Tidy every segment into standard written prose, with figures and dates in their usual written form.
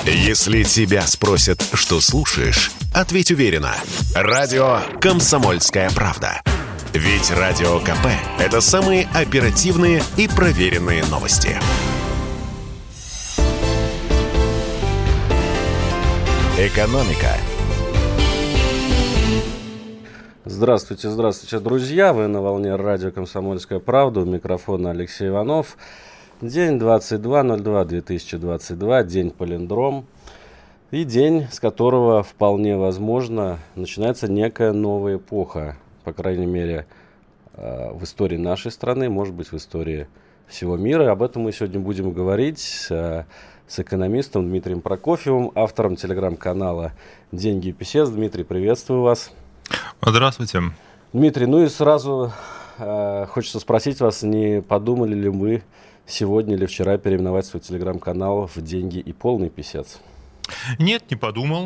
Если тебя спросят, что слушаешь, ответь уверенно. Радио «Комсомольская правда». Ведь Радио КП – это самые оперативные и проверенные новости. «Экономика». Здравствуйте, друзья. Вы на волне радио «Комсомольская правда». У микрофона Алексей Иванов. День 22.02.2022, день палиндром. И день, с которого вполне возможно начинается некая новая эпоха. По крайней мере, в истории нашей страны, может быть, в истории всего мира. Об этом мы сегодня будем говорить с экономистом Дмитрием Прокофьевым, автором телеграм-канала «Деньги и писец». Дмитрий, приветствую вас. Здравствуйте. Дмитрий, ну и сразу хочется спросить вас, не подумали ли мы сегодня или вчера переименовать свой телеграм-канал в «Деньги и полный писец»? Нет, не подумал.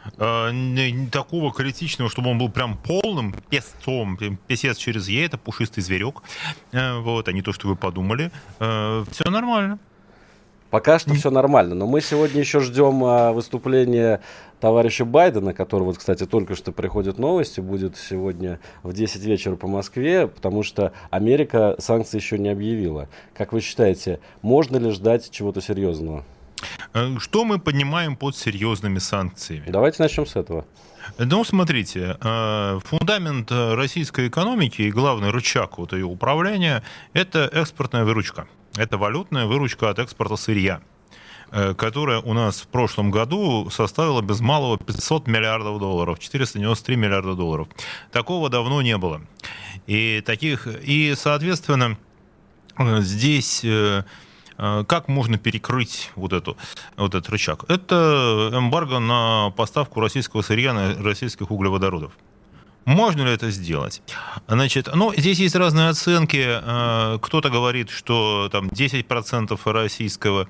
Такого критичного, чтобы он был прям полным песцом. Песец через «е» — это пушистый зверек. Вот, а не то, что вы подумали. Все нормально. Пока что все нормально, но мы сегодня еще ждем выступления товарища Байдена, которого, кстати, только что приходят новости, будет сегодня в 10 вечера по Москве, потому что Америка санкции еще не объявила. Как вы считаете, можно ли ждать чего-то серьезного? Что мы понимаем под серьезными санкциями? Давайте начнем с этого. Ну, смотрите, фундамент российской экономики и главный рычаг вот ее управления – это экспортная выручка. Это валютная выручка от экспорта сырья, которая у нас в прошлом году составила без малого 500 миллиардов долларов, 493 миллиарда долларов. Такого давно не было. И соответственно, здесь как можно перекрыть вот этот рычаг? Это эмбарго на поставку российского сырья на российских углеводородов. Можно ли это сделать? Значит, здесь есть разные оценки. Кто-то говорит, что там 10% российского,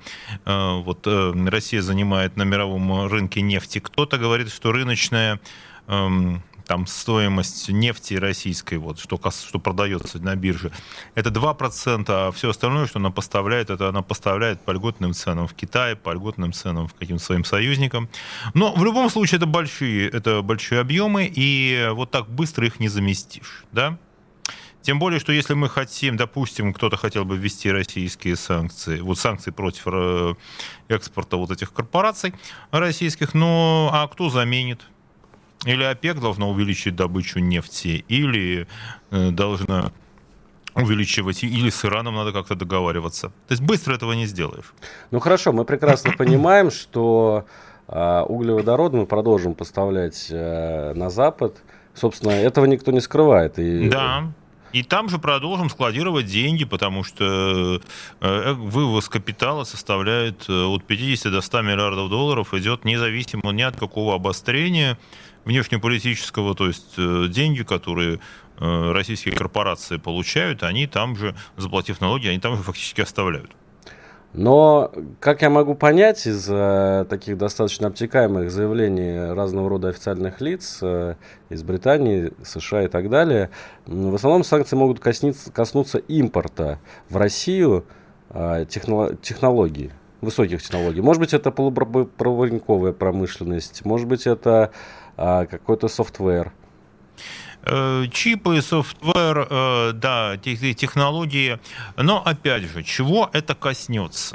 Россия занимает на мировом рынке нефти. Кто-то говорит, что рыночная там стоимость нефти российской, что продается на бирже, это 2%, а все остальное, что она поставляет, это она поставляет по льготным ценам в Китае, по льготным ценам в каким-то своим союзникам. Но в любом случае это большие объемы, и вот так быстро их не заместишь, да? Тем более, что если мы хотим, допустим, кто-то хотел бы ввести российские санкции, санкции против экспорта этих корпораций российских, а кто заменит? Или ОПЕК должна увеличить добычу нефти, или должна увеличивать, или с Ираном надо как-то договариваться. То есть быстро этого не сделаешь. Ну хорошо, мы прекрасно понимаем, что углеводороды мы продолжим поставлять на Запад. Собственно, этого никто не скрывает. Да. И там же продолжим складировать деньги, потому что вывоз капитала составляет от 50 до 100 миллиардов долларов, идет независимо ни от какого обострения внешнеполитического, то есть деньги, которые российские корпорации получают, они там же, заплатив налоги, они там же фактически оставляют. Но, как я могу понять из таких достаточно обтекаемых заявлений разного рода официальных лиц из Британии, США и так далее, в основном санкции могут коснуться импорта в Россию технологий, высоких технологий. Может быть, это полупроводниковая промышленность, может быть, это какой-то софтвер. Чипы, софтвер, да, технологии. Но, опять же, чего это коснется?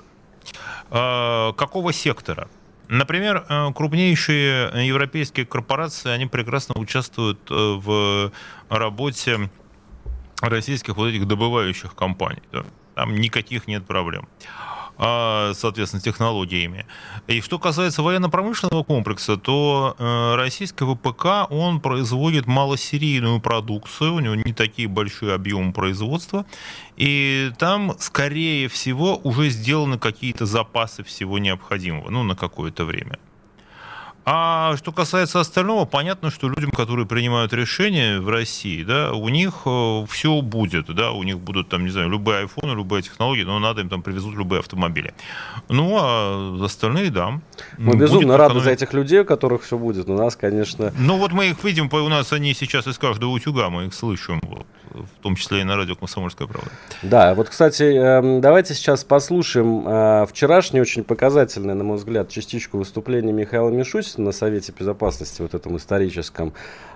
Какого сектора? Например, крупнейшие европейские корпорации, они прекрасно участвуют в работе российских этих добывающих компаний. Да? Там никаких нет проблем. Соответственно, технологиями. И что касается военно-промышленного комплекса, то российский ВПК, он производит малосерийную продукцию, у него не такие большие объемы производства, и там, скорее всего, уже сделаны какие-то запасы всего необходимого, на какое-то время. А что касается остального, понятно, что людям, которые принимают решения в России, да, у них все будет, да, у них будут там, не знаю, любые айфоны, любые технологии, но надо им там привезут любые автомобили. Ну, а остальные, да. Мы безумно рады за этих людей, у которых все будет. У нас, конечно... Ну, вот мы их видим, у нас они сейчас из каждого утюга, мы их слышим, вот, в том числе и на радио «Комсомольская правда». Да, вот, кстати, давайте сейчас послушаем вчерашнее очень показательное, на мой взгляд, частичку выступления Михаила Мишустина на Совете Безопасности, вот этом историческом.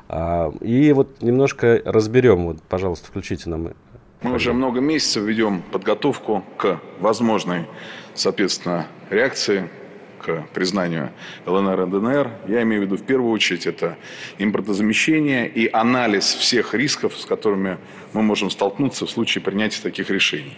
И вот немножко разберем. Вот, пожалуйста, включите нам. Мы уже много месяцев ведем подготовку к возможной, соответственно, реакции, к признанию ЛНР и ДНР. Я имею в виду в первую очередь это импортозамещение и анализ всех рисков, с которыми мы можем столкнуться в случае принятия таких решений.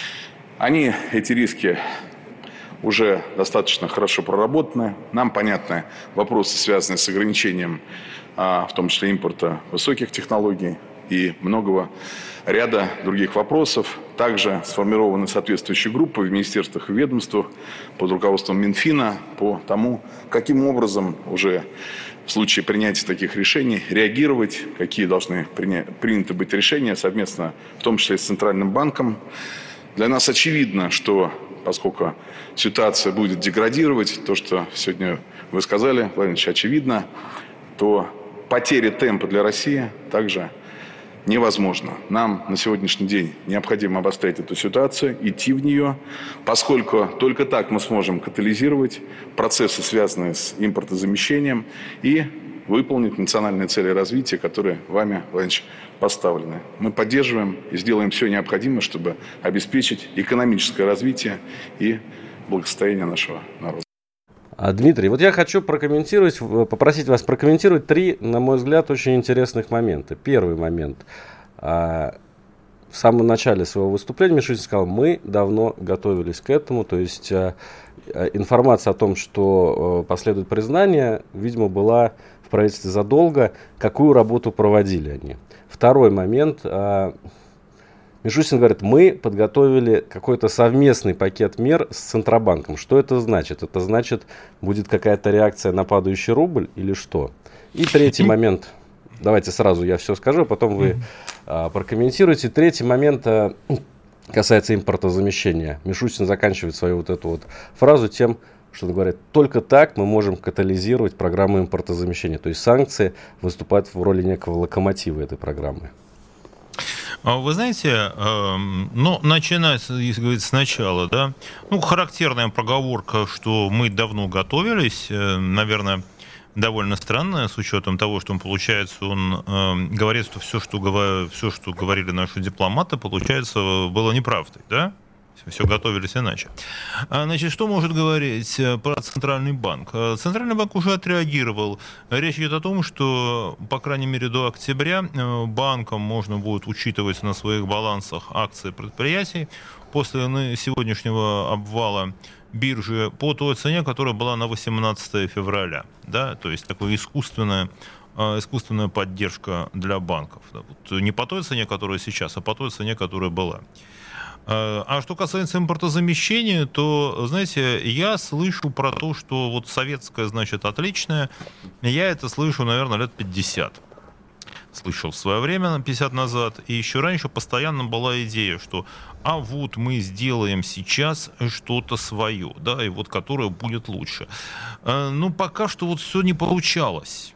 Эти риски, уже достаточно хорошо проработаны. Нам понятны вопросы, связанные с ограничением, в том числе импорта высоких технологий и многого ряда других вопросов. Также сформированы соответствующие группы в министерствах и ведомствах под руководством Минфина по тому, каким образом уже в случае принятия таких решений реагировать, какие должны приняты быть решения совместно, в том числе с Центральным банком. Для нас очевидно, что поскольку ситуация будет деградировать, то, что сегодня вы сказали, Владимир Ильич, очевидно, то потери темпа для России также невозможно. Нам на сегодняшний день необходимо обострять эту ситуацию, идти в нее, поскольку только так мы сможем катализировать процессы, связанные с импортозамещением, и выполнить национальные цели развития, которые вами, Владимир Ильич, поставлены. Мы поддерживаем и сделаем все необходимое, чтобы обеспечить экономическое развитие и благосостояние нашего народа. Дмитрий, вот я хочу попросить вас прокомментировать 3, на мой взгляд, очень интересных момента. Первый момент. В самом начале своего выступления Мишустин сказал, мы давно готовились к этому, то есть информация о том, что последует признание, видимо, была в правительстве задолго. Какую работу проводили они? Второй момент. Мишустин говорит, мы подготовили какой-то совместный пакет мер с Центробанком. Что это значит? Это значит, будет какая-то реакция на падающий рубль или что? И третий момент. Давайте сразу я все скажу, а потом вы прокомментируете. Третий момент касается импортозамещения. Мишустин заканчивает свою вот эту вот фразу тем, что он говорит, только так мы можем катализировать программу импортозамещения. То есть санкции выступают в роли некого локомотива этой программы. Вы знаете, начинать, если говорить сначала, да, характерная проговорка, что мы давно готовились, наверное, довольно странная, с учетом того, что получается, он говорит, что все, что говорили наши дипломаты, получается, было неправдой, да? Все готовились иначе. Значит, что может говорить про Центральный банк? Центральный банк уже отреагировал. Речь идет о том, что, по крайней мере, до октября банкам можно будет учитывать на своих балансах акции предприятий после сегодняшнего обвала биржи по той цене, которая была на 18 февраля. Да? То есть такая искусственная поддержка для банков. Да? Вот не по той цене, которая сейчас, а по той цене, которая была. А что касается импортозамещения, то, знаете, я слышу про то, что вот советское, значит, отличное, я это слышу, наверное, лет 50. Слышал в свое время, 50 назад, и еще раньше постоянно была идея, что вот мы сделаем сейчас что-то свое, да, и вот которое будет лучше. Пока что вот все не получалось.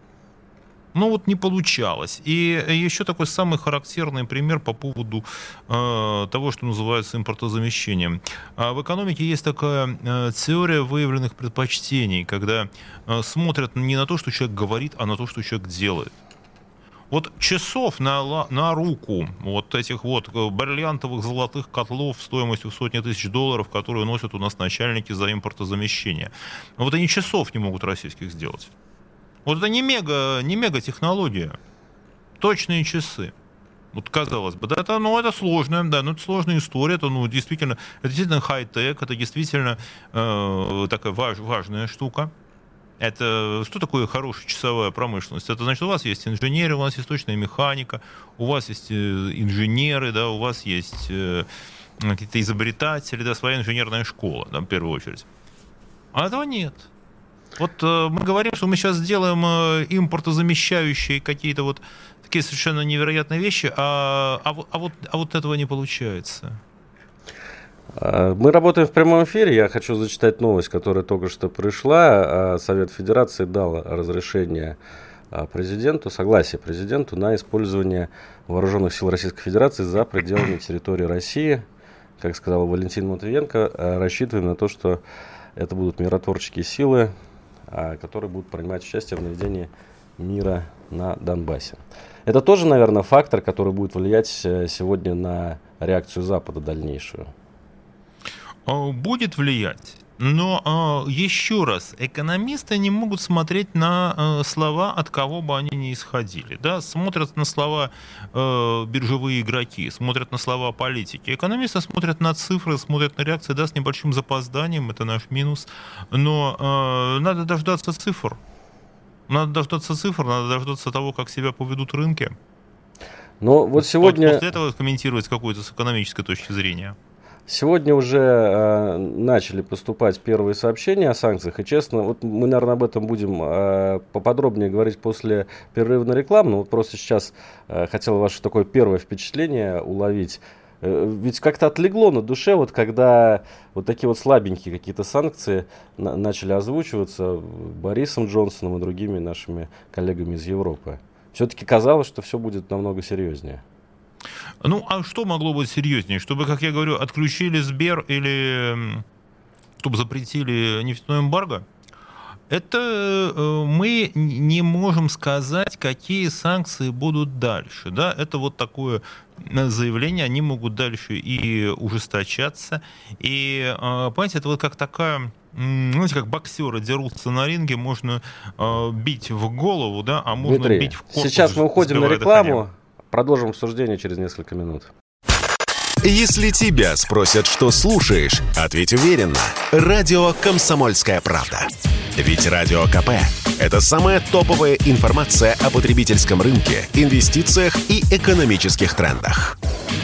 Не получалось. И еще такой самый характерный пример по поводу того, что называется импортозамещением. В экономике есть такая теория выявленных предпочтений, когда смотрят не на то, что человек говорит, а на то, что человек делает. Вот часов на руку вот этих вот бриллиантовых золотых котлов стоимостью в сотни тысяч долларов, которые носят у нас начальники за импортозамещение. Вот они часов не могут российских сделать. Вот это не мега-технология. Точные часы. Вот казалось бы, да, это сложная, да, это сложная история, это действительно хай-тек, это действительно такая важная штука. Это что такое хорошая часовая промышленность? Это значит, у вас есть инженеры, у вас есть точная механика, у вас есть инженеры, да, у вас есть какие-то изобретатели, да, своя инженерная школа, да, в первую очередь. А этого нет. Вот мы говорим, что мы сейчас сделаем импортозамещающие какие-то вот такие совершенно невероятные вещи, а вот этого не получается. Мы работаем в прямом эфире. Я хочу зачитать новость, которая только что пришла. Совет Федерации дал разрешение президенту, согласие президенту на использование вооруженных сил Российской Федерации за пределами территории России. Как сказал Валентин Матвиенко, рассчитываем на то, что это будут миротворческие силы, которые будут принимать участие в наведении мира на Донбассе. Это тоже, наверное, фактор, который будет влиять сегодня на реакцию Запада дальнейшую. Будет влиять. Но еще раз, экономисты не могут смотреть на слова, от кого бы они ни исходили. Да? Смотрят на слова биржевые игроки, смотрят на слова политики. Экономисты смотрят на цифры, смотрят на реакции, да, с небольшим запозданием, это наш минус. Но надо дождаться цифр. Надо дождаться того, как себя поведут рынки. Но вот сегодня... После этого комментировать с какой-то с экономической точки зрения. Сегодня уже начали поступать первые сообщения о санкциях, и честно, вот мы, наверное, об этом будем поподробнее говорить после перерыва на рекламу, но вот просто сейчас хотел ваше такое первое впечатление уловить. Ведь как-то отлегло на душе, вот когда вот такие вот слабенькие какие-то санкции начали озвучиваться Борисом Джонсоном и другими нашими коллегами из Европы. Все-таки казалось, что все будет намного серьезнее. Ну, а что могло быть серьезнее? Чтобы, как я говорю, отключили Сбер или чтобы запретили нефтяное эмбарго? Это мы не можем сказать, какие санкции будут дальше. Да? Это вот такое заявление, они могут дальше и ужесточаться. И, понимаете, это вот как такая... Знаете, как боксеры дерутся на ринге, можно бить в голову, да, а можно Дмитрий, бить в корпус. Сейчас мы уходим на рекламу. Дыхание. Продолжим обсуждение через несколько минут. Если тебя спросят, что слушаешь, ответь уверенно. Радио «Комсомольская правда». Ведь Радио КП – это самая топовая информация о потребительском рынке, инвестициях и экономических трендах.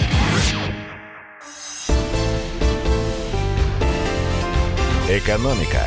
Экономика.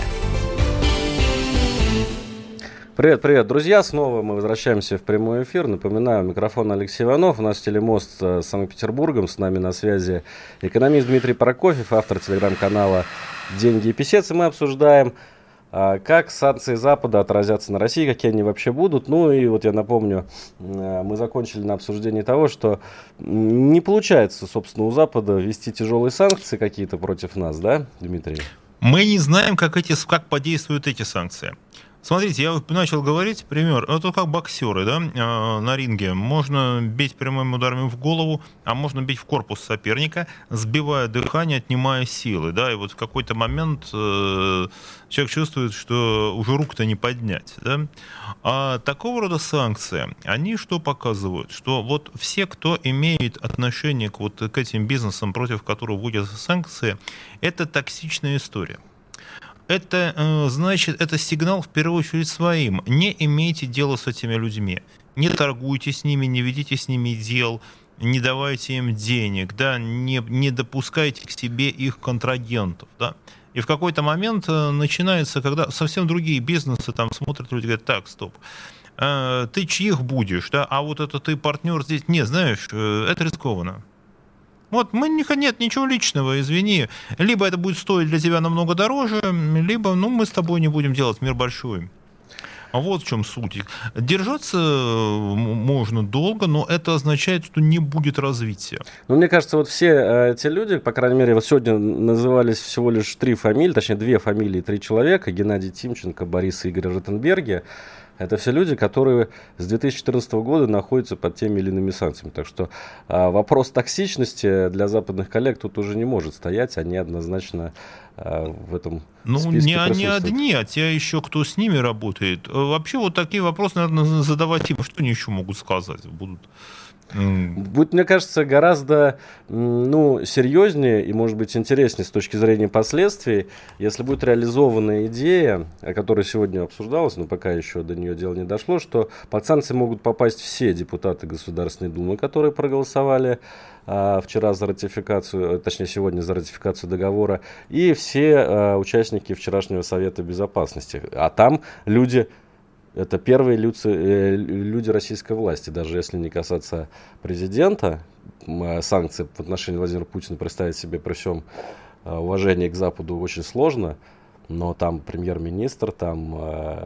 Привет, друзья. Снова мы возвращаемся в прямой эфир. Напоминаю, микрофон Алексей Иванов. У нас телемост с Санкт-Петербургом. С нами на связи экономист Дмитрий Прокофьев, автор телеграм-канала «Деньги и писец». И мы обсуждаем, как санкции Запада отразятся на России, какие они вообще будут. Ну и вот я напомню, мы закончили на обсуждении того, что не получается, собственно, у Запада ввести тяжелые санкции какие-то против нас, да, Дмитрий? Мы не знаем, как подействуют эти санкции. Смотрите, я начал говорить, пример, это как боксеры, да, на ринге. Можно бить прямыми ударами в голову, а можно бить в корпус соперника, сбивая дыхание, отнимая силы, да, и вот в какой-то момент человек чувствует, что уже рук-то не поднять, да. А такого рода санкции, они что показывают? Что вот все, кто имеет отношение к этим бизнесам, против которых вводятся санкции, это токсичная история. Это, значит, это сигнал в первую очередь своим. Не имейте дела с этими людьми. Не торгуйте с ними, не ведите с ними дел, не давайте им денег, да, не допускайте к себе их контрагентов. Да. И в какой-то момент начинается, когда совсем другие бизнесы там смотрят, люди говорят, так, стоп, ты чьих будешь, да, а вот это ты партнер здесь, не, знаешь, это рискованно. Вот, нет ничего личного, извини. Либо это будет стоить для тебя намного дороже, либо мы с тобой не будем делать, мир большой. А вот в чем суть. Держаться можно долго, но это означает, что не будет развития. Ну, мне кажется, вот все эти люди, по крайней мере, вот сегодня назывались всего лишь 3 фамилии, точнее 2 фамилии, 3 человека, Геннадий Тимченко, Борис и Игорь Ротенберги. Это все люди, которые с 2014 года находятся под теми или иными санкциями. Так что вопрос токсичности для западных коллег тут уже не может стоять. Они однозначно в этом списке не присутствуют. они одни, а те еще, кто с ними работает. Вообще вот такие вопросы, наверное, задавать им. Что они еще могут сказать? Будут Будет, мне кажется, гораздо серьезнее и, может быть, интереснее с точки зрения последствий, если будет реализована идея, о которой сегодня обсуждалось, но пока еще до нее дело не дошло, что под санкции могут попасть все депутаты Государственной Думы, которые проголосовали вчера за ратификацию, точнее сегодня за ратификацию договора, и все участники вчерашнего Совета Безопасности. А там люди... Это первые люди российской власти, даже если не касаться президента, санкции в отношении Владимира Путина представить себе при всем уважении к Западу очень сложно, но там премьер-министр, там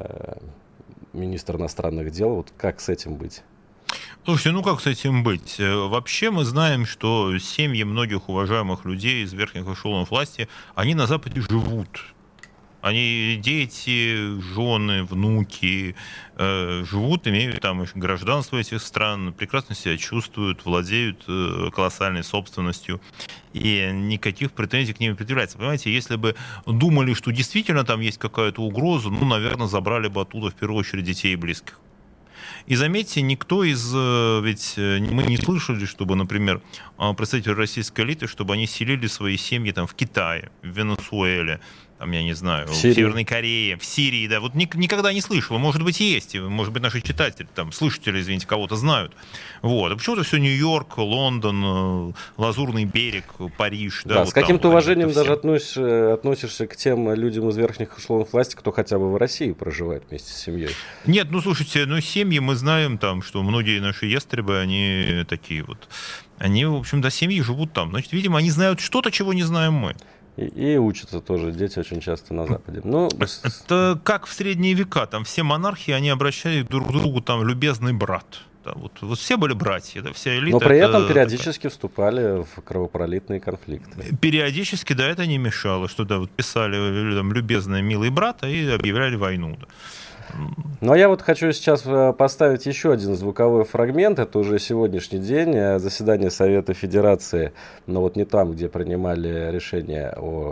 министр иностранных дел, вот как с этим быть? Слушайте, как с этим быть? Вообще мы знаем, что семьи многих уважаемых людей из верхних эшелонов власти, они на Западе живут. Они, дети, жены, внуки живут, имеют там гражданство этих стран, прекрасно себя чувствуют, владеют колоссальной собственностью, и никаких претензий к ним не предъявляется. Понимаете, если бы думали, что действительно там есть какая-то угроза, наверное, забрали бы оттуда в первую очередь детей и близких. И заметьте, никто ведь мы не слышали, чтобы, например, представители российской элиты, чтобы они селили свои семьи там в Китае, в Венесуэле, там, я не знаю, в Северной Корее, в Сирии, да, вот никогда не слышал, может быть, есть, может быть, наши читатели, там, слушатели, извините, кого-то знают, вот, а почему-то все Нью-Йорк, Лондон, Лазурный берег, Париж, да, да, вот с каким-то там, уважением вот даже относишься к тем людям из верхних эшелонов власти, кто хотя бы в России проживает вместе с семьей. Нет, слушайте, семьи, мы знаем там, что многие наши ястребы, они такие вот, они, в общем, до семьи живут там, значит, видимо, они знают что-то, чего не знаем мы. И учатся тоже дети очень часто на Западе. Это как в средние века, там все монархи, они обращались друг к другу, там, любезный брат. Да, вот все были братья, да, вся элита. Но при этом периодически вступали в кровопролитные конфликты. Периодически, да, это не мешало, что, да, вот писали там, любезный, милый брат, и объявляли войну, да. Ну, а я вот хочу сейчас поставить еще один звуковой фрагмент. Это уже сегодняшний день, заседание Совета Федерации, но вот не там, где принимали решения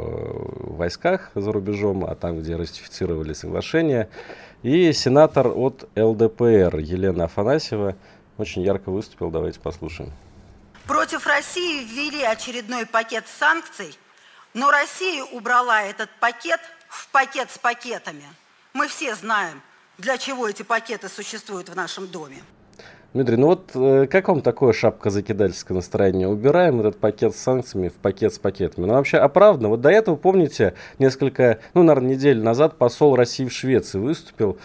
о войсках за рубежом, а там, где ратифицировали соглашение. И сенатор от ЛДПР Елена Афанасьева очень ярко выступила. Давайте послушаем. Против России ввели очередной пакет санкций, но Россия убрала этот пакет в пакет с пакетами. Мы все знаем, для чего эти пакеты существуют в нашем доме. Дмитрий, как вам такое шапкозакидательское настроение? Убираем этот пакет с санкциями в пакет с пакетами. Вообще оправданно. Вот до этого, помните, несколько, наверное, недель назад посол России в Швеции выступил.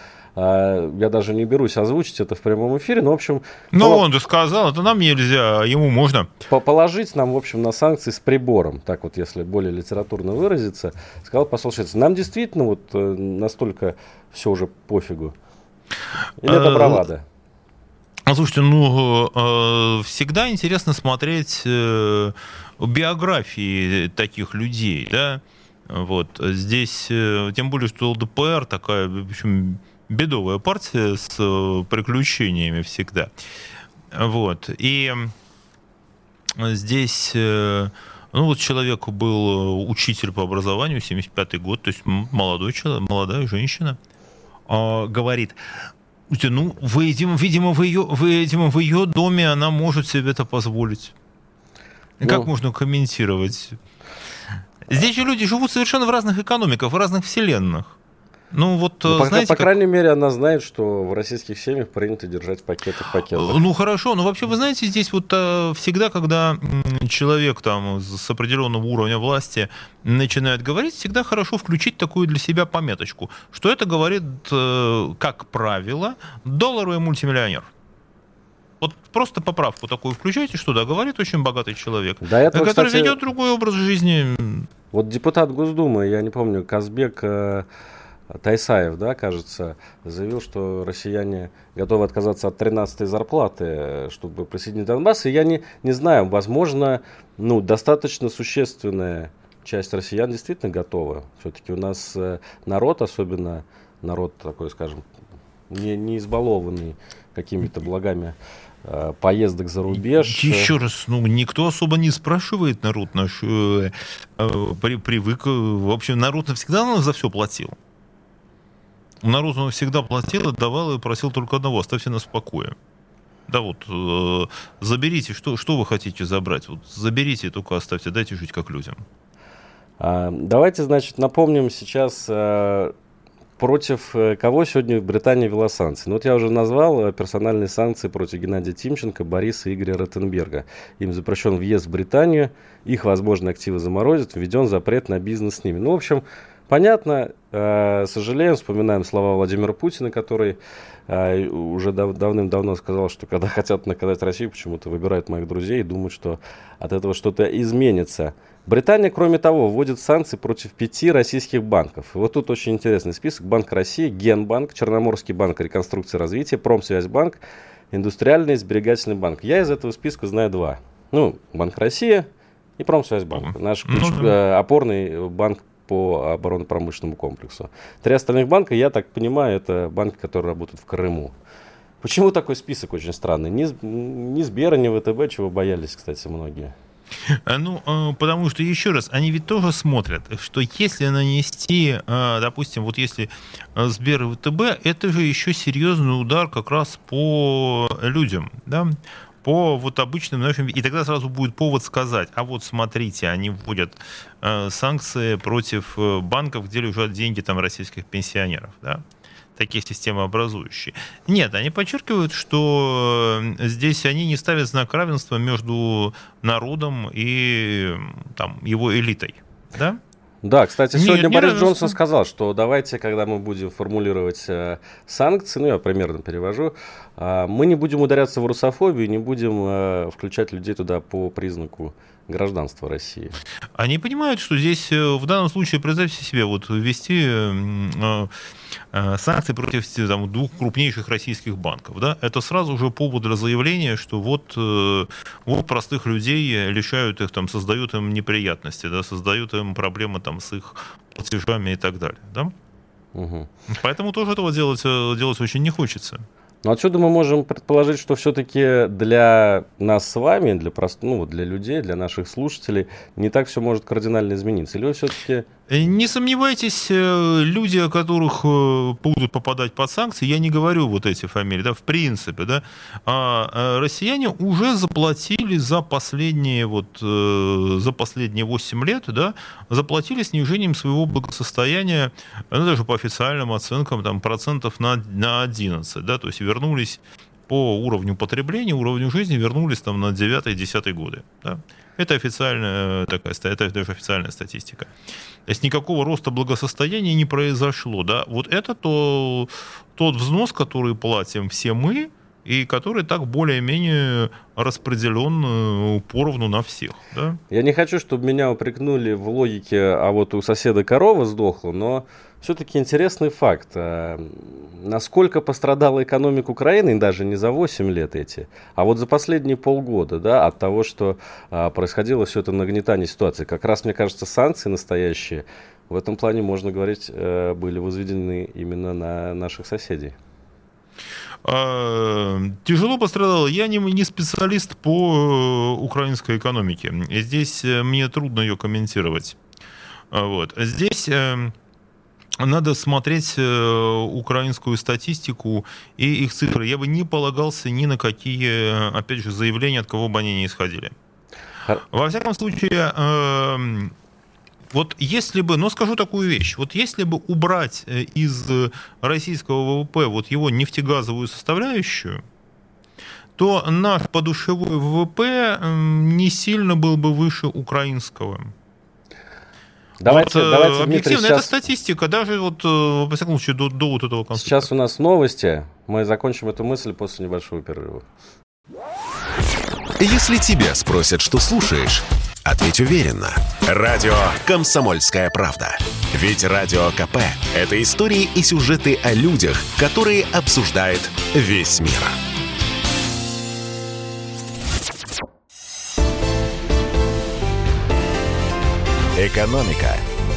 Я даже не берусь озвучить это в прямом эфире, но, в общем... он же сказал, это нам нельзя, а ему можно. Положить нам, в общем, на санкции с прибором, так вот, если более литературно выразиться, сказал посол Швеции. Нам действительно настолько все уже пофигу? Или это бравада? Слушайте, всегда интересно смотреть биографии таких людей, да? Вот здесь, тем более, что ЛДПР такая, в общем, бедовая партия с приключениями всегда. Вот. И здесь, человеку был учитель по образованию, 75-й год, то есть молодой человек, молодая женщина, говорит: видимо, в ее доме она может себе это позволить. Как можно комментировать? Здесь же люди живут совершенно в разных экономиках, в разных вселенных. По крайней мере, она знает, что в российских семьях принято держать пакеты в пакетах. Хорошо, вообще, вы знаете, здесь всегда, когда человек там с определенного уровня власти начинает говорить, всегда хорошо включить такую для себя пометочку, что это говорит, как правило, долларовый мультимиллионер. Вот просто поправку такую включайте, что да, говорит очень богатый человек, который ведет другой образ жизни. Вот депутат Госдумы, я не помню, Казбек Тайсаев, да, кажется, заявил, что россияне готовы отказаться от 13-й зарплаты, чтобы присоединить Донбасс. И я не знаю, возможно, достаточно существенная часть россиян действительно готова. Все-таки у нас народ, особенно народ такой, скажем, не избалованный какими-то благами поездок за рубеж. Еще раз, никто особо не спрашивает народ наш. Привык, в общем, народ всегда за все платил. Народ он всегда платил, отдавал и просил только одного: оставьте нас в покое. Да, вот заберите, что вы хотите забрать? Вот заберите, только оставьте, дайте жить как людям. Давайте, значит, напомним сейчас, против кого сегодня Британия ввела санкции. Ну, вот я уже назвал персональные санкции против Геннадия Тимченко, Бориса и Игоря Ротенберга. Им запрещен въезд в Британию, их возможные активы заморозят, введен запрет на бизнес с ними. Ну, в общем, понятно, сожалеем, вспоминаем слова Владимира Путина, который уже давным-давно сказал, что когда хотят наказать Россию, почему-то выбирают моих друзей и думают, что от этого что-то изменится. Британия, кроме того, вводит санкции против 5 российских банков. И вот тут очень интересный список. Банк России, Генбанк, Черноморский банк реконструкции и развития, Промсвязьбанк, Индустриальный сберегательный банк. Я из этого списка знаю 2. Ну, Банк России и Промсвязьбанк. Наш опорный банк по оборонно-промышленному комплексу. 3 остальных банка, я так понимаю, это банки, которые работают в Крыму. Почему такой список очень странный? Ни Сбера, ни ВТБ, чего боялись, кстати, многие. Ну, потому что, еще раз, они ведь тоже смотрят, что если нанести, допустим, вот если Сбер и ВТБ, это же еще серьезный удар как раз по людям, да, по вот обычным нашим... И тогда сразу будет повод сказать, а вот смотрите, они вводят санкции против банков, где лежат деньги там российских пенсионеров, да, такие системообразующие. Нет, они подчеркивают, что здесь они не ставят знак равенства между народом и там, его элитой, да? Да, кстати, сегодня Борис Джонсон сказал, что давайте, когда мы будем формулировать санкции, ну я примерно перевожу, мы не будем ударяться в русофобию, не будем включать людей туда по признаку гражданства России. Они понимают, что здесь в данном случае, представьте себе, вот ввести санкции против там, 2 крупнейших российских банков, да, это сразу же повод для заявления, что вот простых людей лишают их, там, создают им неприятности, да, создают им проблемы там, с их платежами и так далее. Да? Угу. Поэтому тоже этого делать очень не хочется. Но отсюда мы можем предположить, что все-таки для нас с вами, для людей, для наших слушателей, не так все может кардинально измениться. Или вы все-таки... Не сомневайтесь, люди, о которых будут попадать под санкции, я не говорю вот эти фамилии, да, в принципе, да, россияне уже заплатили за последние 8 лет, да, заплатили снижением своего благосостояния, ну, даже по официальным оценкам, там, процентов на 11, да, то есть вернулись по уровню потребления, уровню жизни, вернулись там на 9-10 годы, да. Это официальная это даже официальная статистика. То есть никакого роста благосостояния не произошло. Да? Вот это тот взнос, который платим все мы, и который так более-менее распределен поровну на всех. Да? Я не хочу, чтобы меня упрекнули в логике, а вот у соседа корова сдохла, но все-таки интересный факт. Насколько пострадала экономика Украины, даже не за 8 лет а вот за последние полгода, да, от того, что происходило все это нагнетание ситуации. Как раз, мне кажется, санкции настоящие в этом плане, можно говорить, были возведены именно на наших соседей. Тяжело пострадало. Я не специалист по украинской экономике. И здесь мне трудно ее комментировать. Вот. Здесь надо смотреть украинскую статистику и их цифры. Я бы не полагался ни на какие, опять же, заявления, от кого бы они ни исходили. Во всяком случае, вот если бы, но скажу такую вещь, вот если бы убрать из российского ВВП вот его нефтегазовую составляющую, то наш подушевой ВВП не сильно был бы выше украинского. Давайте, объективно, Дмитрий, сейчас... это статистика, даже вот, во всяком случае, до вот этого конфликта. Сейчас у нас новости, мы закончим эту мысль после небольшого перерыва. Если тебя спросят, что слушаешь, ответь уверенно. Радио «Комсомольская правда». Ведь Радио КП – это истории и сюжеты о людях, которые обсуждает весь мир. Экономика.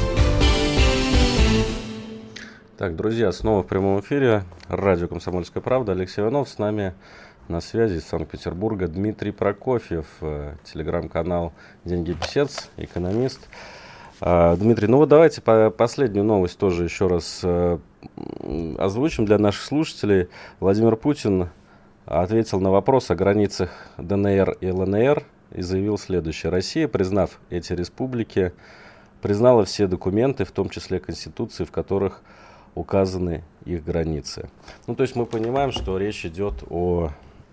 Так, друзья, снова в прямом эфире. Радио «Комсомольская правда». Алексей Иванов с нами. На связи из Санкт-Петербурга Дмитрий Прокофьев, телеграм-канал «Деньги Писец», экономист. Дмитрий, ну вот давайте последнюю новость тоже еще раз озвучим для наших слушателей. Владимир Путин ответил на вопрос о границах ДНР и ЛНР и заявил следующее. Россия, признав эти республики, признала все документы, в том числе Конституции, в которых указаны их границы. Ну, то есть мы понимаем, что речь идет о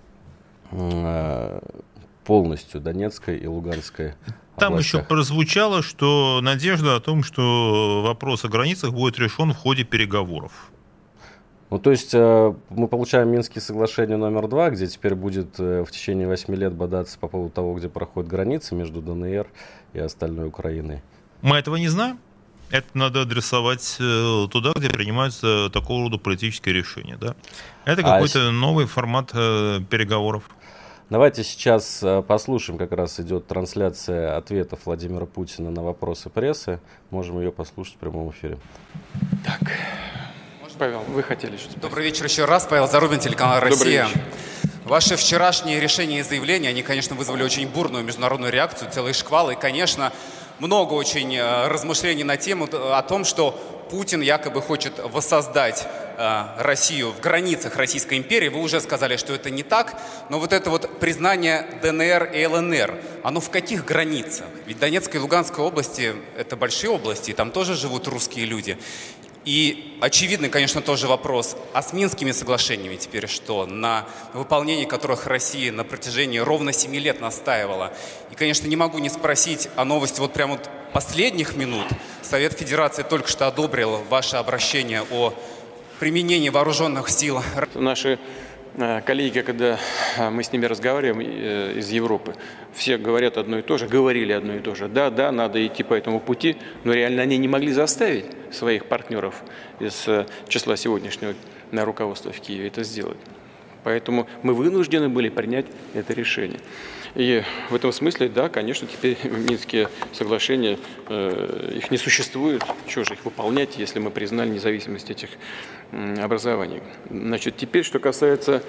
полностью Донецкой и Луганской Там областях. еще прозвучало, что надежда о том, что вопрос о границах будет решен в ходе переговоров. Ну, то есть мы получаем Минские соглашения номер 2, где теперь будет в течение 8 лет бодаться по поводу того, где проходят границы между ДНР и остальной Украиной. Мы этого не знаем. Это надо адресовать туда, где принимаются такого рода политические решения. Да? Это какой-то новый формат переговоров. Давайте сейчас послушаем, как раз идет трансляция ответов Владимира Путина на вопросы прессы. Можем ее послушать в прямом эфире. Так, Павел, вы хотели что-то спросить? Добрый вечер еще раз. Павел Зарубин, телеканал «Россия». вечер. Ваши вчерашние решения и заявления, они, конечно, вызвали очень бурную международную реакцию, целый шквал. И, конечно, много очень размышлений на тему о том, что Путин якобы хочет воссоздать Россию в границах Российской империи. Вы уже сказали, что это не так. Но вот это вот признание ДНР и ЛНР, оно в каких границах? Ведь Донецкая и Луганская области – это большие области, и там тоже живут русские люди. И очевидный, конечно, тоже вопрос, а с Минскими соглашениями теперь что? На выполнении которых Россия на протяжении ровно 7 лет настаивала. И, конечно, не могу не спросить о новости вот прямо вот последних минут. Совет Федерации только что одобрил ваше обращение о применении вооруженных сил. Наши коллеги, когда мы с ними разговариваем из Европы, все говорят одно и то же, говорили одно и то же. Да, надо идти по этому пути, но реально они не могли заставить своих партнеров из числа сегодняшнего руководства в Киеве это сделать. Поэтому мы вынуждены были принять это решение. И в этом смысле, да, конечно, теперь Минские соглашения, их не существует. Чего же их выполнять, если мы признали независимость этих образований? Значит, теперь, что касается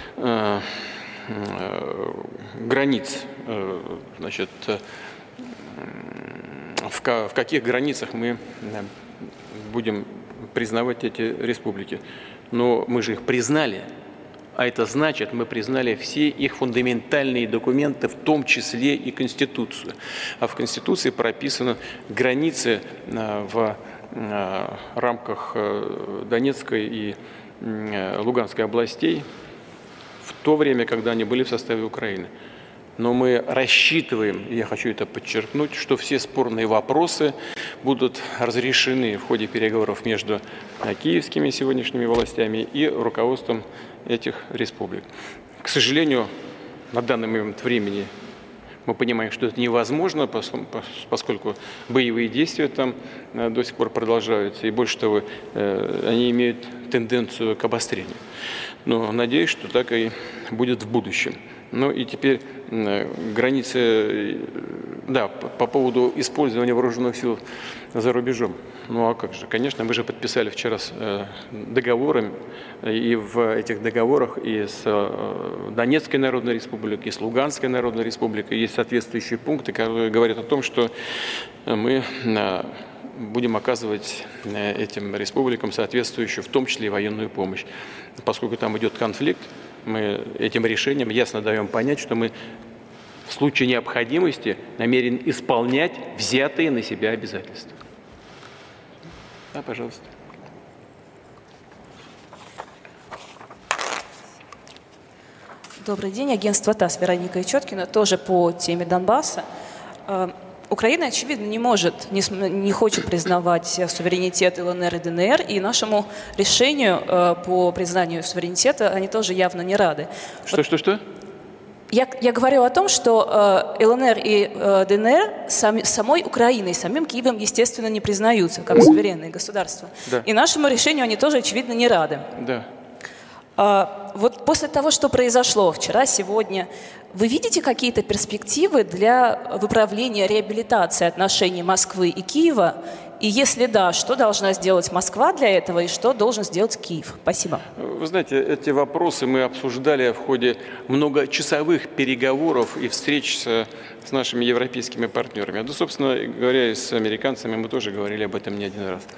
границ, значит, в каких границах мы будем признавать эти республики. Но мы же их признали. А это значит, мы признали все их фундаментальные документы, в том числе и Конституцию. А в Конституции прописаны границы в рамках Донецкой и Луганской областей в то время, когда они были в составе Украины. Но мы рассчитываем, и я хочу это подчеркнуть, что все спорные вопросы будут разрешены в ходе переговоров между киевскими сегодняшними властями и руководством этих республик. К сожалению, на данный момент времени мы понимаем, что это невозможно, поскольку боевые действия там до сих пор продолжаются, и больше того, они имеют тенденцию к обострению. Но надеюсь, что так и будет в будущем. Ну и теперь границы, да, по поводу использования вооруженных сил за рубежом. Ну а как же? Конечно, мы же подписали вчера договоры, и в этих договорах и с Донецкой Народной Республикой, и с Луганской Народной Республикой есть соответствующие пункты, которые говорят о том, что мы будем оказывать этим республикам соответствующую, в том числе и военную помощь. Поскольку там идет конфликт, мы этим решением ясно даем понять, что мы в случае необходимости намерены исполнять взятые на себя обязательства. Да, пожалуйста. Добрый день, агентство ТАСС, Вероника Ичеткина, тоже по теме Донбасса. Украина, очевидно, не хочет признавать суверенитет ЛНР и ДНР, и нашему решению по признанию суверенитета они тоже явно не рады. Что? Я говорю о том, что ЛНР и ДНР самой Украиной, самим Киевом, естественно, не признаются как суверенные государства. Да. И нашему решению они тоже, очевидно, не рады. Да. Вот после того, что произошло вчера, сегодня, вы видите какие-то перспективы для выправления, реабилитации отношений Москвы и Киева? И если да, что должна сделать Москва для этого и что должен сделать Киев? Спасибо. Вы знаете, эти вопросы мы обсуждали в ходе многочасовых переговоров и встреч с нашими европейскими партнерами. Да, собственно говоря, и с американцами мы тоже говорили об этом не один раз.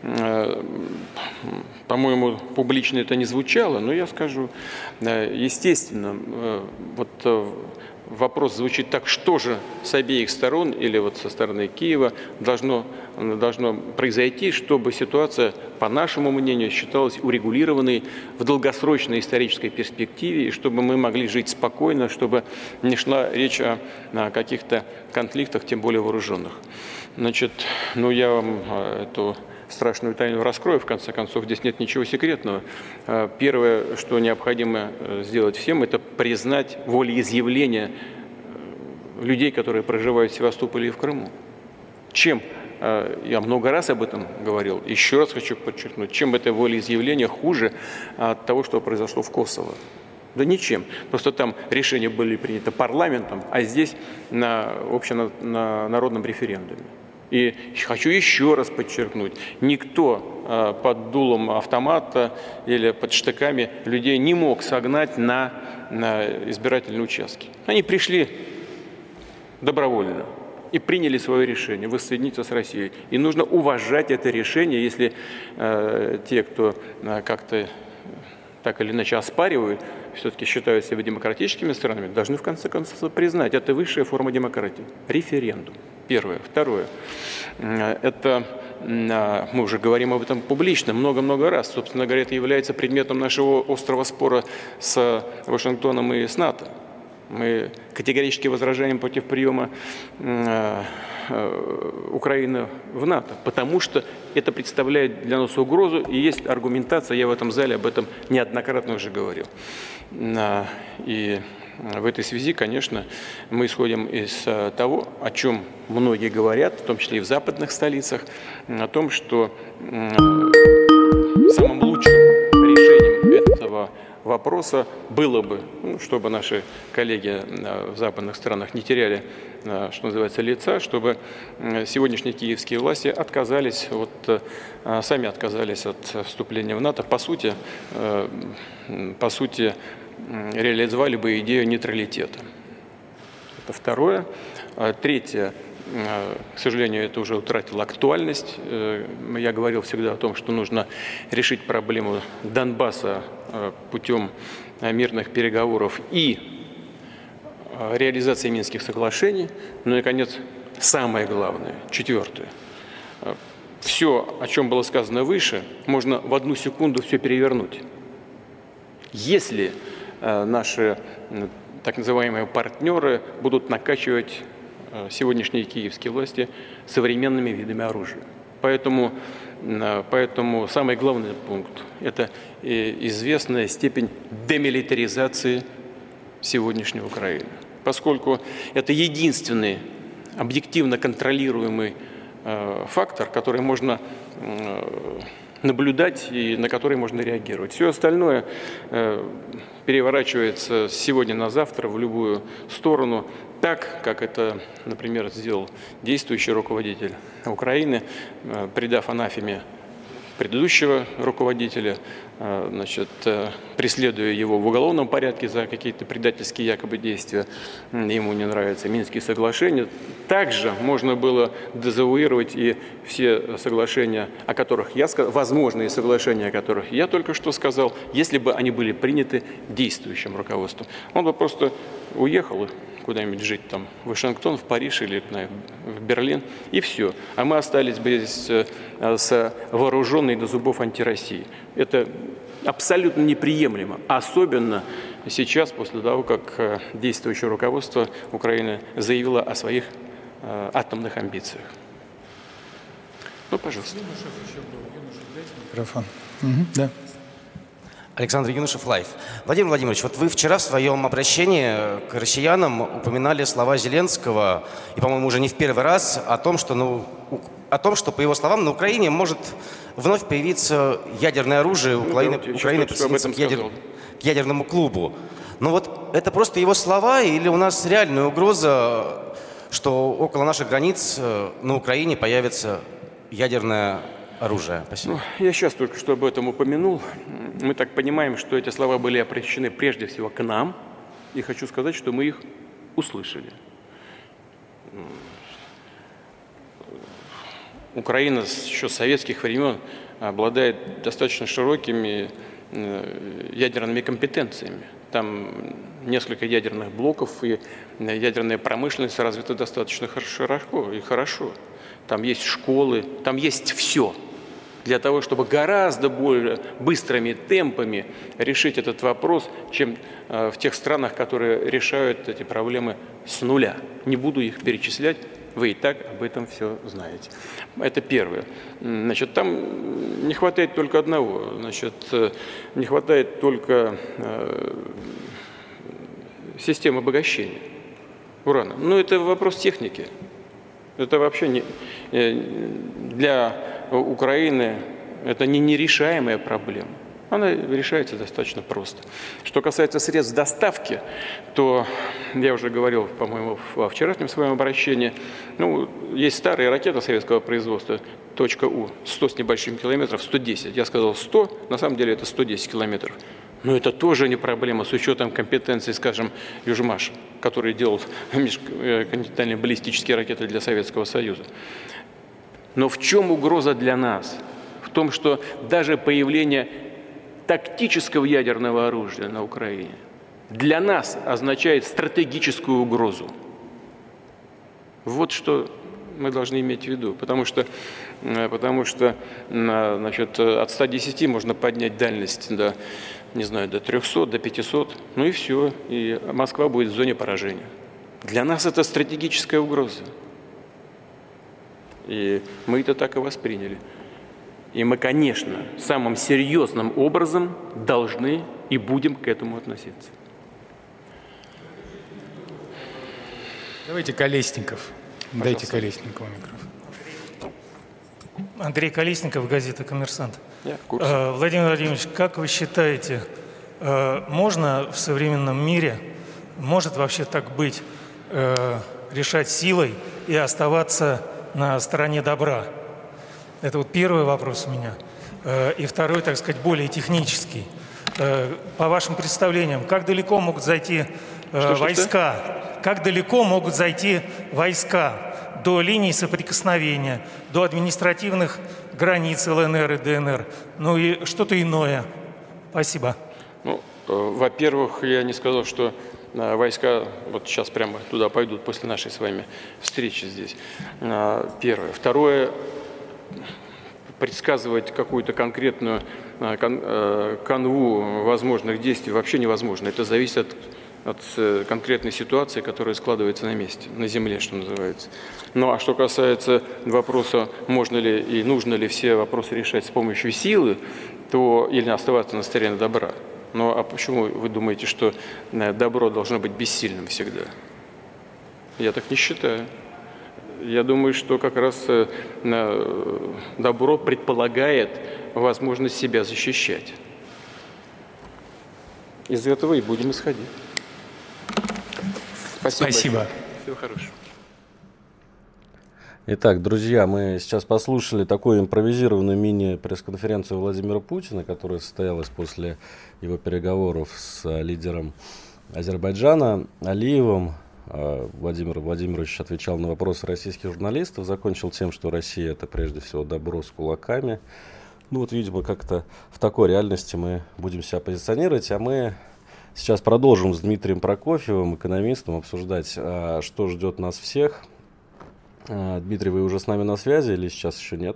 По-моему, публично это не звучало, но я скажу, естественно, вот вопрос звучит так: что же с обеих сторон или вот со стороны Киева должно произойти, чтобы ситуация, по нашему мнению, считалась урегулированной в долгосрочной исторической перспективе, и чтобы мы могли жить спокойно, чтобы не шла речь о каких-то конфликтах, тем более вооруженных. Значит, я вам эту страшную тайну раскрою, в конце концов, здесь нет ничего секретного. Первое, что необходимо сделать всем, это признать волеизъявление людей, которые проживают в Севастополе и в Крыму. Чем, я много раз об этом говорил, еще раз хочу подчеркнуть, чем это волеизъявление хуже от того, что произошло в Косово? Да ничем. Просто там решения были приняты парламентом, а здесь на общенародном референдуме. И хочу еще раз подчеркнуть, никто под дулом автомата или под штыками людей не мог согнать на избирательные участки. Они пришли добровольно и приняли свое решение воссоединиться с Россией. И нужно уважать это решение, если те, кто как-то так или иначе оспаривают, все-таки считают себя демократическими странами, должны в конце концов признать, это высшая форма демократии. Референдум. Первое. Второе. Это, мы уже говорим об этом публично много-много раз. Собственно говоря, это является предметом нашего острого спора с Вашингтоном и с НАТО. Мы категорически возражаем против приема Украины в НАТО, потому что это представляет для нас угрозу, и есть аргументация, я в этом зале об этом неоднократно уже говорил. И в этой связи, конечно, мы исходим из того, о чем многие говорят, в том числе и в западных столицах, о том, что самым лучшим решением этого вопроса было бы, чтобы наши коллеги в западных странах не теряли, что называется, лица, чтобы сегодняшние киевские власти сами отказались от вступления в НАТО. По сути, реализовали бы идею нейтралитета. Это второе. Третье. К сожалению, это уже утратило актуальность. Я говорил всегда о том, что нужно решить проблему Донбасса путем мирных переговоров и реализации Минских соглашений. Ну и, наконец, самое главное, четвертое. Все, о чем было сказано выше, можно в одну секунду все перевернуть. Если наши так называемые партнеры будут накачивать сегодняшние киевские власти современными видами оружия. Поэтому самый главный пункт – это известная степень демилитаризации сегодняшней Украины. Поскольку это единственный объективно контролируемый фактор, который можно наблюдать и на который можно реагировать. Все остальное переворачивается с сегодня на завтра в любую сторону, так, как это, например, сделал действующий руководитель Украины, придав анафеме предыдущего руководителя, преследуя его в уголовном порядке за какие-то предательские якобы действия, ему не нравятся Минские соглашения. Также можно было дезавуировать и все соглашения, о которых я сказал, возможные соглашения, о которых я только что сказал, если бы они были приняты действующим руководством. Он бы просто уехал куда-нибудь жить, там, в Вашингтон, в Париж или в Берлин, и все. А мы остались бы с вооруженной до зубов антироссией. Это абсолютно неприемлемо, особенно сейчас, после того, как действующее руководство Украины заявило о своих атомных амбициях. Ну, пожалуйста. Микрофон. Да. Александр Юношев, Лайф. Владимир Владимирович, вот вы вчера в своем обращении к россиянам упоминали слова Зеленского, и, по-моему, уже не в первый раз, о том, что, по его словам, на Украине может вновь появиться ядерное оружие, Украина присоединится к ядерному клубу. Но вот это просто его слова, или у нас реальная угроза, что около наших границ на Украине появится ядерное оружия? Спасибо. Ну, я сейчас только что об этом упомянул. Мы так понимаем, что эти слова были обращены прежде всего к нам. И хочу сказать, что мы их услышали. Украина еще с советских времен обладает достаточно широкими ядерными компетенциями. Там несколько ядерных блоков, и ядерная промышленность развита достаточно хорошо. Там есть школы, там есть все для того, чтобы гораздо более быстрыми темпами решить этот вопрос, чем в тех странах, которые решают эти проблемы с нуля. Не буду их перечислять. Вы и так об этом все знаете. Это первое. Значит, там не хватает только одного. Значит, не хватает только системы обогащения урана. Но это вопрос техники. Это вообще не, для Украины это не нерешаемая проблема. Она решается достаточно просто. Что касается средств доставки, то я уже говорил, по-моему, во вчерашнем своем обращении, есть старые ракеты советского производства, .У, 100 с небольшим километров, 110. Я сказал 100, на самом деле это 110 километров. Но это тоже не проблема с учетом компетенции, скажем, Южмаш, который делал межконтинентальные баллистические ракеты для Советского Союза. Но в чем угроза для нас? В том, что даже появление тактического ядерного оружия на Украине для нас означает стратегическую угрозу. Вот что мы должны иметь в виду, потому что значит, от 110 можно поднять дальность до 300, до 500, и все, и Москва будет в зоне поражения. Для нас это стратегическая угроза. И мы это так и восприняли. И мы, конечно, самым серьезным образом должны и будем к этому относиться. Давайте Колесников. Дайте Колесникову микрофон. Андрей Колесников, газета «Коммерсант». Владимир Владимирович, как вы считаете, можно в современном мире, может вообще так быть, решать силой и оставаться на стороне добра? Это вот первый вопрос у меня. И второй, так сказать, более технический. По вашим представлениям, как далеко могут зайти войска? Как далеко могут зайти войска до линии соприкосновения, до административных границ ЛНР и ДНР? Ну и что-то иное. Спасибо. Во-первых, я не сказал, что войска вот сейчас прямо туда пойдут после нашей с вами встречи здесь. Первое. Второе. Предсказывать какую-то конкретную канву возможных действий вообще невозможно. Это зависит от конкретной ситуации, которая складывается на месте, на земле, что называется. Ну а что касается вопроса, можно ли и нужно ли все вопросы решать с помощью силы, то или оставаться на стороне добра. Ну а почему вы думаете, что добро должно быть бессильным всегда? Я так не считаю. Я думаю, что как раз добро предполагает возможность себя защищать. Из этого и будем исходить. Спасибо. Всего хорошего. Итак, друзья, мы сейчас послушали такую импровизированную мини-пресс-конференцию Владимира Путина, которая состоялась после его переговоров с лидером Азербайджана Алиевым. Владимир Владимирович отвечал на вопросы российских журналистов, закончил тем, что Россия — это прежде всего добро с кулаками. Ну вот, видимо, как-то в такой реальности мы будем себя позиционировать, а мы сейчас продолжим с Дмитрием Прокофьевым, экономистом, обсуждать, что ждет нас всех. Дмитрий, вы уже с нами на связи или сейчас еще нет?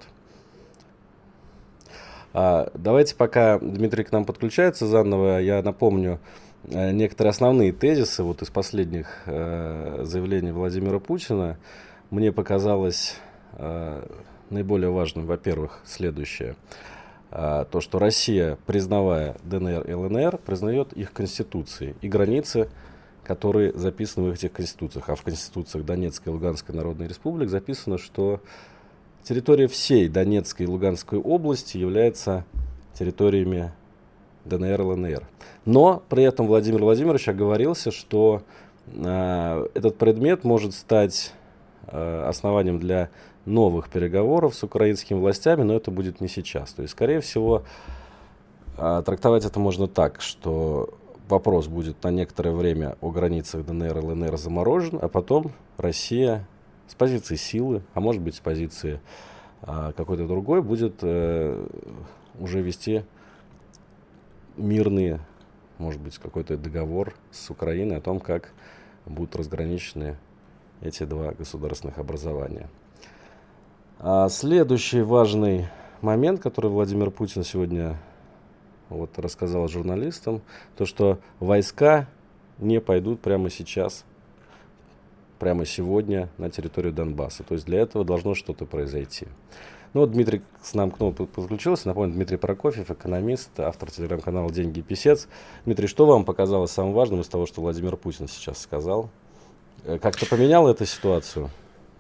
Давайте, пока Дмитрий к нам подключается заново, я напомню некоторые основные тезисы вот из последних заявлений Владимира Путина. Мне показалось наиболее важным, во-первых, следующее. То, что Россия, признавая ДНР и ЛНР, признает их конституции и границы, которые записаны в этих конституциях. А в конституциях Донецкой и Луганской народной республик записано, что территория всей Донецкой и Луганской области является территориями ДНР и ЛНР. Но при этом Владимир Владимирович оговорился, что этот предмет может стать основанием для новых переговоров с украинскими властями, но это будет не сейчас. То есть, скорее всего, трактовать это можно так, что вопрос будет на некоторое время о границах ДНР и ЛНР заморожен, а потом Россия с позиции силы, а может быть с позиции какой-то другой, будет уже вести мирные, может быть, какой-то договор с Украиной о том, как будут разграничены эти два государственных образования. Следующий важный момент, который Владимир Путин сегодня рассказал журналистам, то, что войска не пойдут прямо сейчас, прямо сегодня на территорию Донбасса. То есть для этого должно что-то произойти. Ну вот Дмитрий с нами к нам подключился. Напомню, Дмитрий Прокофьев, экономист, автор телеграм-канала «Деньги и писец». Дмитрий, что вам показалось самым важным из того, что Владимир Путин сейчас сказал? Как-то поменял эту ситуацию?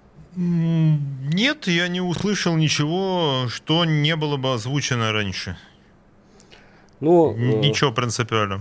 Нет, я не услышал ничего, что не было бы озвучено раньше. Ничего принципиального.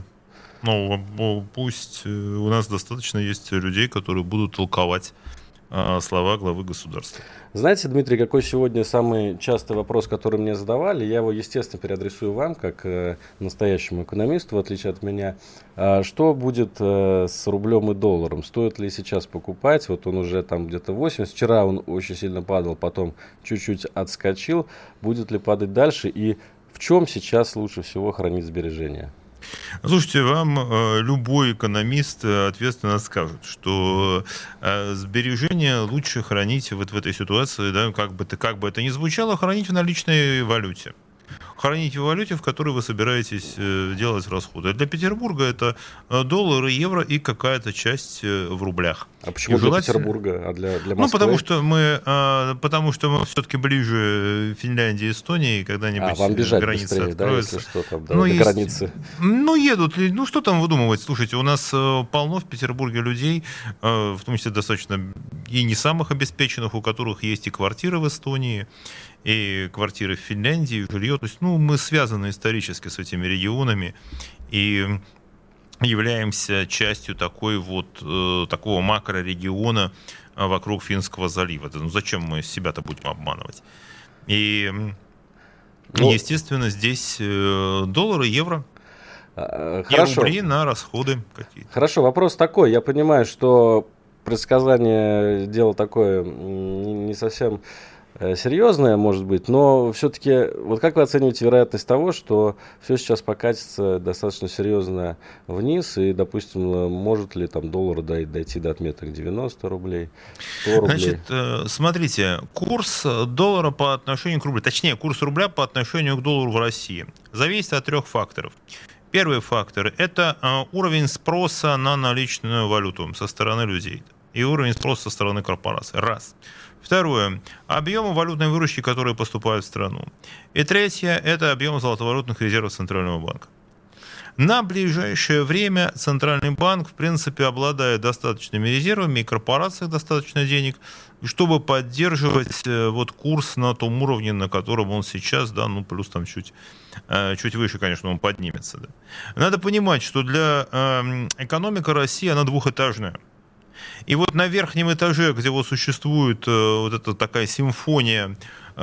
Пусть у нас достаточно есть людей, которые будут толковать слова главы государства. Знаете, Дмитрий, какой сегодня самый частый вопрос, который мне задавали? Я его, естественно, переадресую вам, как настоящему экономисту, в отличие от меня. Что будет с рублем и долларом? Стоит ли сейчас покупать? Вот он уже там где-то 80. Вчера он очень сильно падал, потом чуть-чуть отскочил. Будет ли падать дальше? И в чем сейчас лучше всего хранить сбережения? Слушайте, вам любой экономист ответственно скажет, что сбережения лучше хранить вот в этой ситуации, да, как бы это ни звучало, хранить в наличной валюте. Храните в валюте, в которой вы собираетесь делать расходы. Для Петербурга это доллары, евро и какая-то часть в рублях. А почему для Петербурга, а для Москвы? Потому что мы все-таки ближе Финляндии и Эстонии, когда-нибудь вам бежать граница быстрее, откроется. Да, если что, там, до границы. Едут. Что там выдумывать? Слушайте, у нас полно в Петербурге людей, в том числе достаточно и не самых обеспеченных, у которых есть и квартиры в Эстонии, и квартиры в Финляндии, и жилье. То есть, мы связаны исторически с этими регионами и являемся частью такого макрорегиона вокруг Финского залива. Зачем мы себя-то будем обманывать? И, естественно, здесь доллары, евро. Хорошо. И рубли на расходы какие-то. Хорошо, вопрос такой. Я понимаю, что предсказание дело такое не совсем серьезное, может быть, но все-таки, как вы оцениваете вероятность того, что все сейчас покатится достаточно серьезно вниз, и, допустим, может ли там доллар дойти до отметок 90 рублей, 100 рублей? Значит, смотрите, курс доллара по отношению к рублю, точнее, курс рубля по отношению к доллару в России зависит от 3 факторов. Первый фактор – это уровень спроса на наличную валюту со стороны людей и уровень спроса со стороны корпораций. Раз. Второе – объемы валютной выручки, которые поступают в страну. И третье – это объем золотовалютных резервов Центрального банка. На ближайшее время Центральный банк, в принципе, обладает достаточными резервами, и корпорациях достаточно денег, чтобы поддерживать курс на том уровне, на котором он сейчас, да, плюс там чуть выше, конечно, он поднимется. Да. Надо понимать, что для экономики России она двухэтажная. И на верхнем этаже, где существует эта такая симфония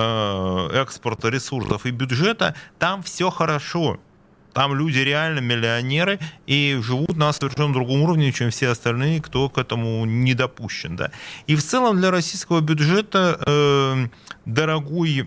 экспорта ресурсов и бюджета, там все хорошо. Там люди реально миллионеры и живут на совершенно другом уровне, чем все остальные, кто к этому не допущен. Да. И в целом для российского бюджета дорогой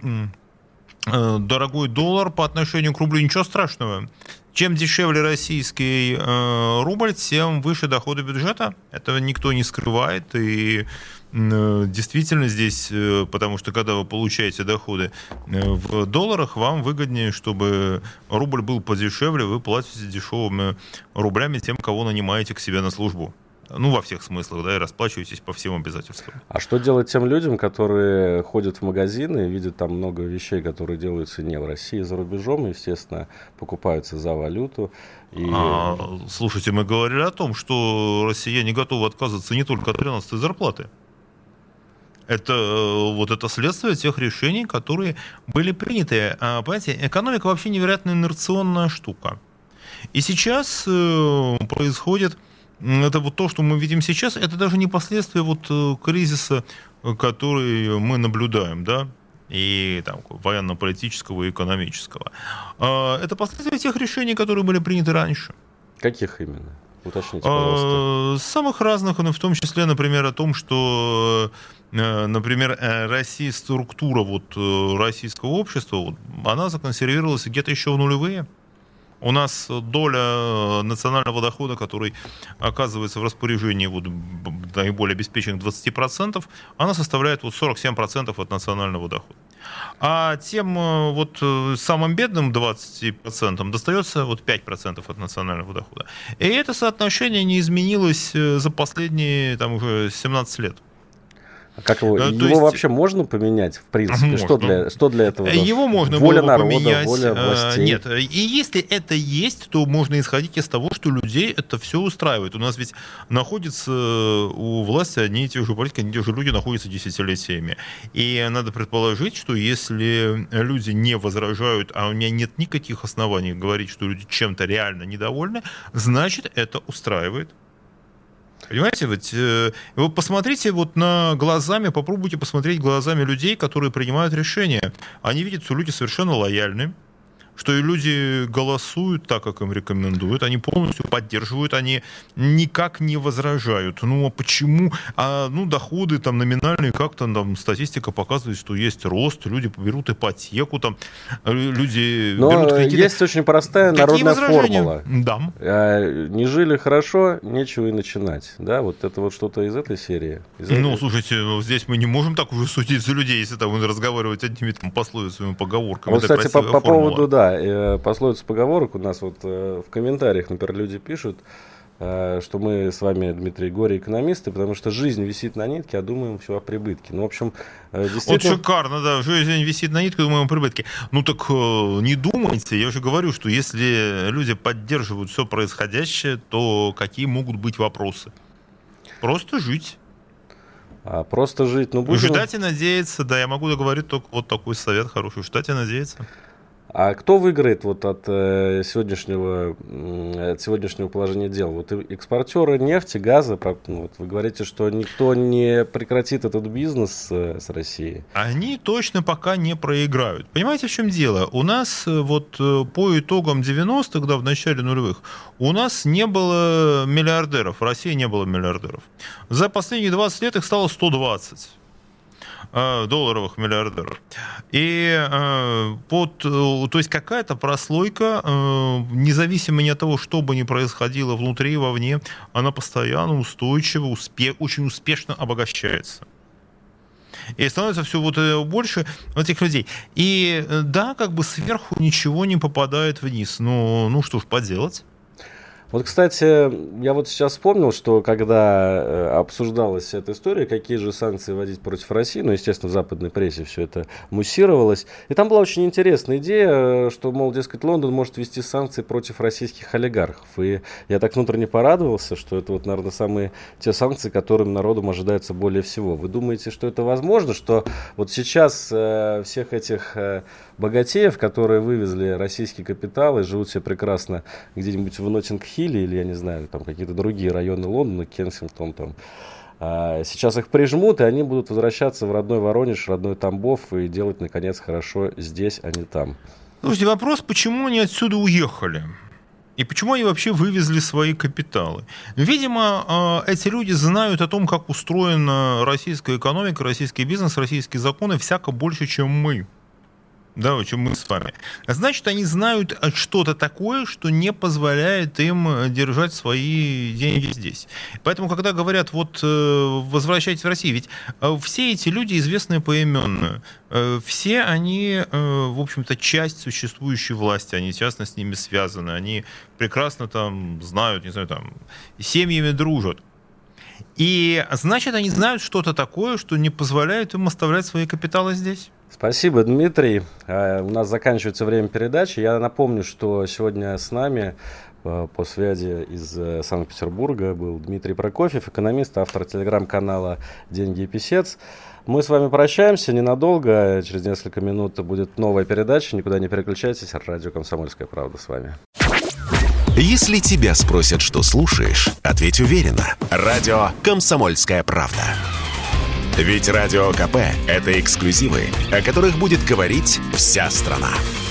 доллар по отношению к рублю ничего страшного. Чем дешевле российский рубль, тем выше доходы бюджета. Этого никто не скрывает. И действительно здесь, потому что когда вы получаете доходы в долларах, вам выгоднее, чтобы рубль был подешевле, вы платите дешевыми рублями тем, кого нанимаете к себе на службу. Во всех смыслах, да, и расплачиваетесь по всем обязательствам. А что делать тем людям, которые ходят в магазины и видят там много вещей, которые делаются не в России, а за рубежом, естественно, покупаются за валюту? Слушайте, мы говорили о том, что россияне готовы отказываться не только от 13-й зарплаты. Это следствие тех решений, которые были приняты. Понимаете, экономика вообще невероятно инерционная штука. И сейчас происходит... Это то, что мы видим сейчас, это даже не последствия кризиса который мы наблюдаем, да, и там, военно-политического и экономического, это последствия тех решений, которые были приняты раньше. Каких именно? Уточните, пожалуйста. Самых разных, в том числе, например, о том, что, например, структура российского общества, она законсервировалась где-то еще в нулевые. У нас доля национального дохода, который оказывается в распоряжении наиболее обеспеченных 20%, она составляет 47% от национального дохода. А тем самым бедным 20% достается 5% от национального дохода. И это соотношение не изменилось за последние уже 17 лет. Как его вообще можно поменять, в принципе? Можно. Что для этого? Его можно воля было народа, поменять. Воля властей. Нет, и если это есть, то можно исходить из того, что людей это все устраивает. У нас ведь находятся у власти одни и те же политики, одни и те же люди находятся десятилетиями. И надо предположить, что если люди не возражают, а у меня нет никаких оснований говорить, что люди чем-то реально недовольны, значит, это устраивает. Понимаете, вы посмотрите попробуйте посмотреть глазами людей, которые принимают решения. Они видят, что люди совершенно лояльны, что и люди голосуют так, как им рекомендуют, они полностью поддерживают, они никак не возражают. А почему? Доходы номинальные, как-то статистика показывает, что есть рост, люди берут ипотеку, люди берут кредиты. Есть очень простая народная формула. Да. Не жили хорошо, нечего и начинать. Да, это что-то из этой серии. Слушайте, здесь мы не можем так уже судить за людей, если разговаривать одними пословицами, поговорками. Кстати, по поводу, пословица поговорок у нас в комментариях, например, люди пишут, что мы с вами, Дмитрий, горе-экономисты, потому что жизнь висит на нитке, а думаем все о прибытке. В общем, действительно... шикарно, да, жизнь висит на нитке, думаем о прибытке. Так не думайте, я уже говорю, что если люди поддерживают все происходящее, то какие могут быть вопросы? Просто жить. Просто жить, будем... Ждать и надеяться, да, я могу договорить только такой совет хороший, ждать и надеяться. А кто выиграет от сегодняшнего положения дел? Экспортеры нефти, газа, вы говорите, что никто не прекратит этот бизнес с Россией. Они точно пока не проиграют. Понимаете, в чем дело? У нас по итогам 90-х, в начале нулевых, у нас не было миллиардеров, в России не было миллиардеров. За последние 20 лет их стало 120. Долларовых миллиардеров. И то есть какая-то прослойка, независимо ни от того, что бы ни происходило внутри и вовне, она постоянно, устойчиво, очень успешно обогащается. И становится все больше этих людей. И да, сверху ничего не попадает вниз. Что ж поделать? Кстати, я сейчас вспомнил, что когда обсуждалась эта история, какие же санкции вводить против России, естественно, в западной прессе все это муссировалось, и там была очень интересная идея, что, дескать, Лондон может ввести санкции против российских олигархов. И я так внутренне порадовался, что это, наверное, самые те санкции, которым народом ожидается более всего. Вы думаете, что это возможно, что сейчас всех этих богатеев, которые вывезли российский капитал и живут себе прекрасно где-нибудь в Ноттинг-Хилле или, я не знаю, какие-то другие районы Лондона, Кенсингтон, сейчас их прижмут, и они будут возвращаться в родной Воронеж, родной Тамбов и делать, наконец, хорошо здесь, а не там. Слушайте, вопрос, почему они отсюда уехали? И почему они вообще вывезли свои капиталы? Видимо, эти люди знают о том, как устроена российская экономика, российский бизнес, российские законы всяко больше, чем мы. Да, чем мы с вами. Значит, они знают что-то такое, что не позволяет им держать свои деньги здесь. Поэтому, когда говорят, возвращайтесь в Россию, ведь все эти люди известны поименно. Все они, в общем-то, часть существующей власти, они тесно с ними связаны, они прекрасно знают, семьями дружат. И, значит, они знают что-то такое, что не позволяет им оставлять свои капиталы здесь. Спасибо, Дмитрий. У нас заканчивается время передачи. Я напомню, что сегодня с нами по связи из Санкт-Петербурга был Дмитрий Прокофьев, экономист, автор телеграм-канала «Деньги и писец». Мы с вами прощаемся ненадолго. Через несколько минут будет новая передача. Никуда не переключайтесь. Радио «Комсомольская правда» с вами. Если тебя спросят, что слушаешь, ответь уверенно. Радио «Комсомольская правда». Ведь Радио КП – это эксклюзивы, о которых будет говорить вся страна.